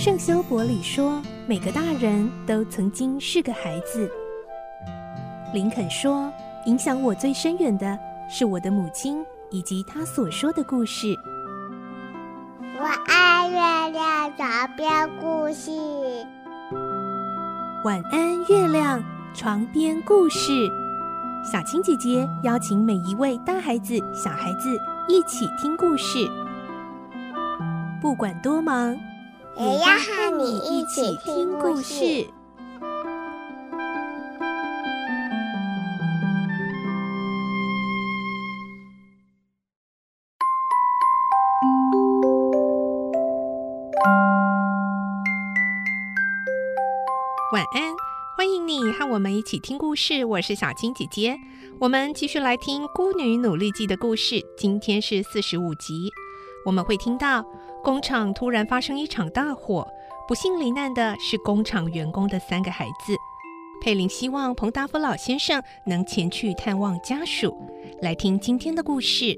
圣修伯里说，每个大人都曾经是个孩子。林肯说，影响我最深远的是我的母亲以及她所说的故事。 我爱月亮床边故事。 晚安，月亮床边故事。小青姐姐邀请每一位大孩子、小孩子一起听故事，不管多忙， 也要和你一起听故事。 晚安，欢迎你和我们一起听故事，我是小青姐姐。我们继续来听《孤女努力记》的故事，今天是45集。我们会听到工厂突然发生一场大火，不幸罹难的是工厂员工的3个孩子。佩林希望彭达夫老先生能前去探望家属。来听今天的故事。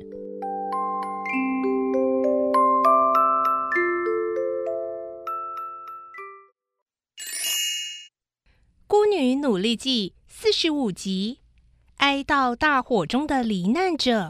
孤女努力记45集，哀悼大火中的罹难者。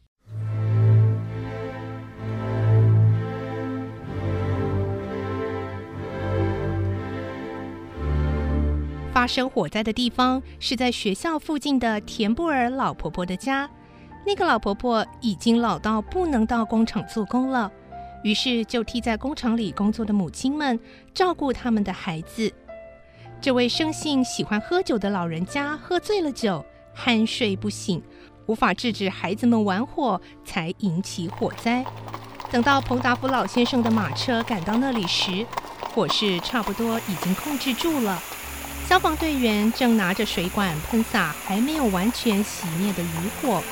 发生火灾的地方是在学校附近的田布尔老婆婆的家。那个老婆婆已经老到不能到工厂做工了，于是就替在工厂里工作的母亲们照顾他们的孩子。这位生性喜欢喝酒的老人家喝醉了酒，酣睡不醒，无法制止孩子们玩火，才引起火灾。等到彭达夫老先生的马车赶到那里时，火势差不多已经控制住了。消防队员正拿着水管喷洒还没有完全熄灭的余火。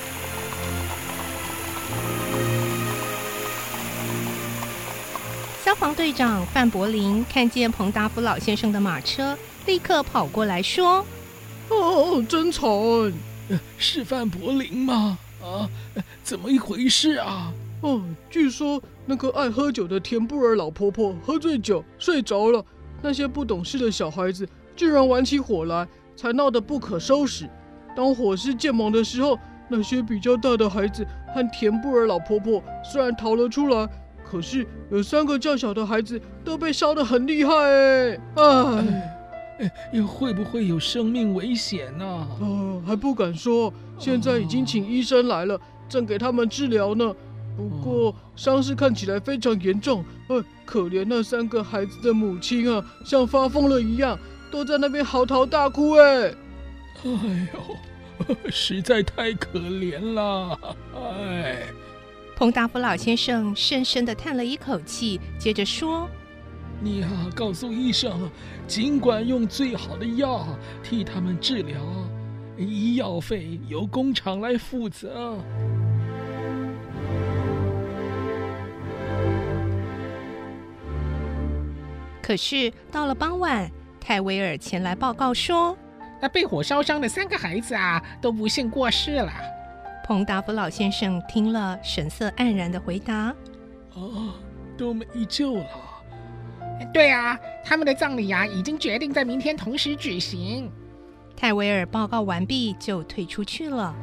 消防队长范柏林看见彭达夫老先生的马车，立刻跑过来说：“ 哦，真惨！是范柏林吗？怎么一回事啊？” 据说那个爱喝酒的田布尔老婆婆喝醉酒睡着了，那些不懂事的小孩子居然玩起火来，才闹得不可收拾。当火势渐猛的时候，那些比较大的孩子和田布尔老婆婆虽然逃了出来，可是有3个较小的孩子都被烧得很厉害会不会有生命危险啊？ 还不敢说，现在已经请医生来了，正给他们治疗呢。不过伤势看起来非常严重，可怜那3个孩子的母亲啊，像发疯了一样，都在那边嚎啕大哭。 实在太可怜了。 彭达夫老先生深深地叹了一口气，接着说：“ 你告诉医生，尽管用最好的药替他们治疗，医药费由工厂来负责。” 可是到了傍晚，泰维尔前来报告说， 被火烧伤的3个孩子都不幸过世了。 彭达夫老先生听了，神色黯然地回答：“ 都没救了。” 对啊，他们的葬礼已经决定在明天同时举行。 泰维尔报告完毕，就退出去了。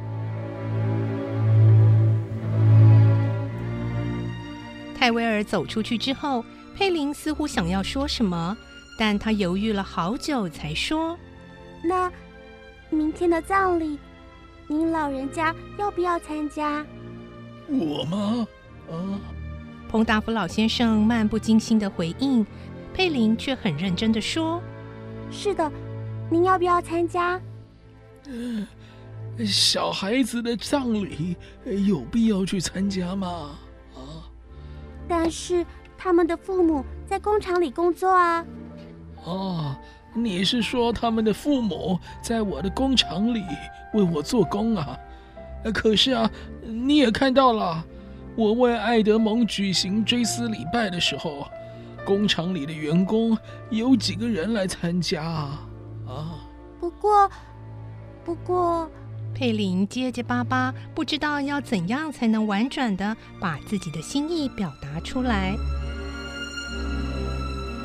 泰维尔走出去之后，佩林似乎想要说什么，但他犹豫了好久才说：“ 那明天的葬礼，您老人家要不要参加？”“ 我吗？” 彭达夫老先生漫不经心地回应，佩林却很认真地说：“ 是的，您要不要参加？” 小孩子的葬礼有必要去参加吗？ 但是他们的父母在工厂里工作啊。 你是说他们的父母在我的工厂里为我做工啊？可是你也看到了，我为爱德蒙举行追思礼拜的时候，工厂里的员工有几个人来参加不过佩林结结巴巴，不知道要怎样才能婉转地把自己的心意表达出来。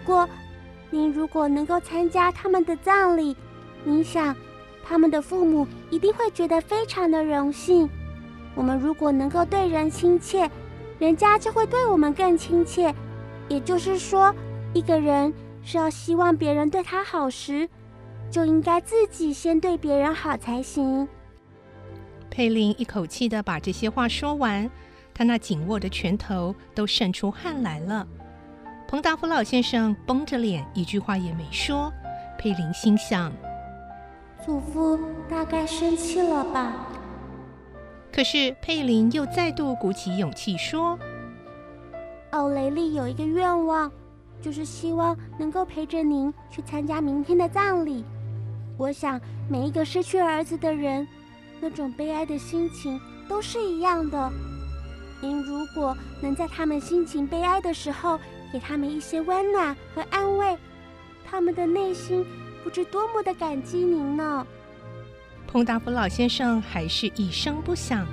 过，您如果能够参加他们的葬礼，您想，他们的父母一定会觉得非常的荣幸。我们如果能够对人亲切，人家就会对我们更亲切。也就是说，一个人是要希望别人对他好时，就应该自己先对别人好才行。 佩林一口气地把这些话说完，他那紧握的拳头都渗出汗来了。彭达福老先生绷着脸，一句话也没说。佩林心想， 祖父大概生气了吧。 可是佩林又再度鼓起勇气说， 奥雷利有一个愿望，就是希望能够陪着您去参加明天的葬礼。我想每一个失去儿子的人，那种悲哀的心情都是一样的。您如果能在他们心情悲哀的时候，给他们一些温暖和安慰，他们的内心不知多么的感激您呢。 彭达福老先生还是一声不响。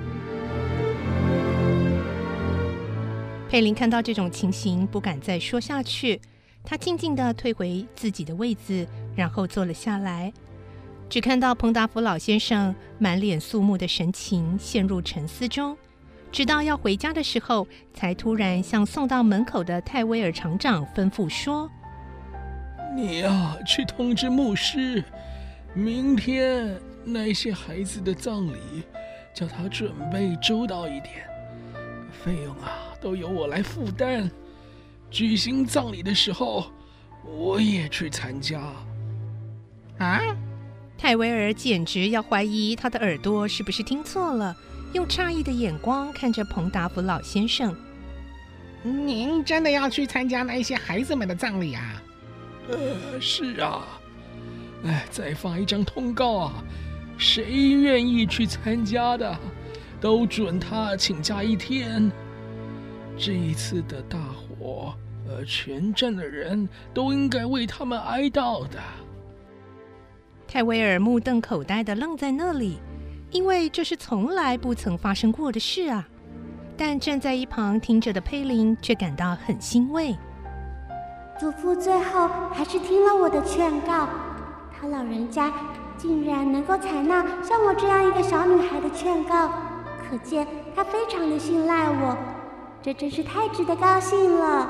佩林看到这种情形，不敢再说下去，他静静地退回自己的位子，然后坐了下来。只看到彭达福老先生满脸肃穆的神情陷入沉思中，直到要回家的时候，才突然向送到门口的泰威尔厂长吩咐说， 你啊，去通知牧师，明天那些孩子的葬礼叫他准备周到一点，费用啊都由我来负担。举行葬礼的时候我也去参加。 啊？ 泰维尔简直要怀疑他的耳朵是不是听错了，用诧异的眼光看着彭达福老先生。 您真的要去参加那些孩子们的葬礼啊？ 是啊。再发一张通告啊，谁愿意去参加的，都准他请假1天。这一次的大火，全镇的人都应该为他们哀悼的。 泰维尔目瞪口呆地愣在那里，因为这是从来不曾发生过的事啊。但站在一旁听着的佩林却感到很欣慰。 祖父最后还是听了我的劝告，他老人家竟然能够采纳像我这样一个小女孩的劝告，可见他非常的信赖我，这真是太值得高兴了。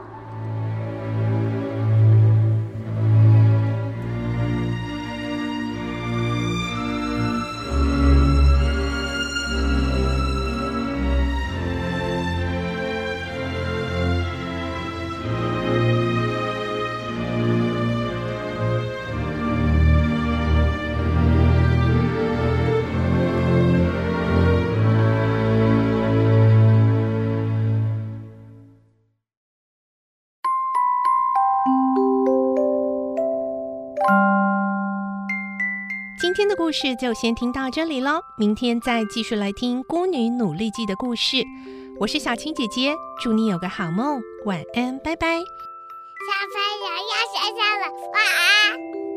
今天的故事就先听到这里咯，明天再继续来听孤女努力记的故事。我是小青姐姐，祝你有个好梦，晚安，拜拜。 小朋友要睡觉了，晚安。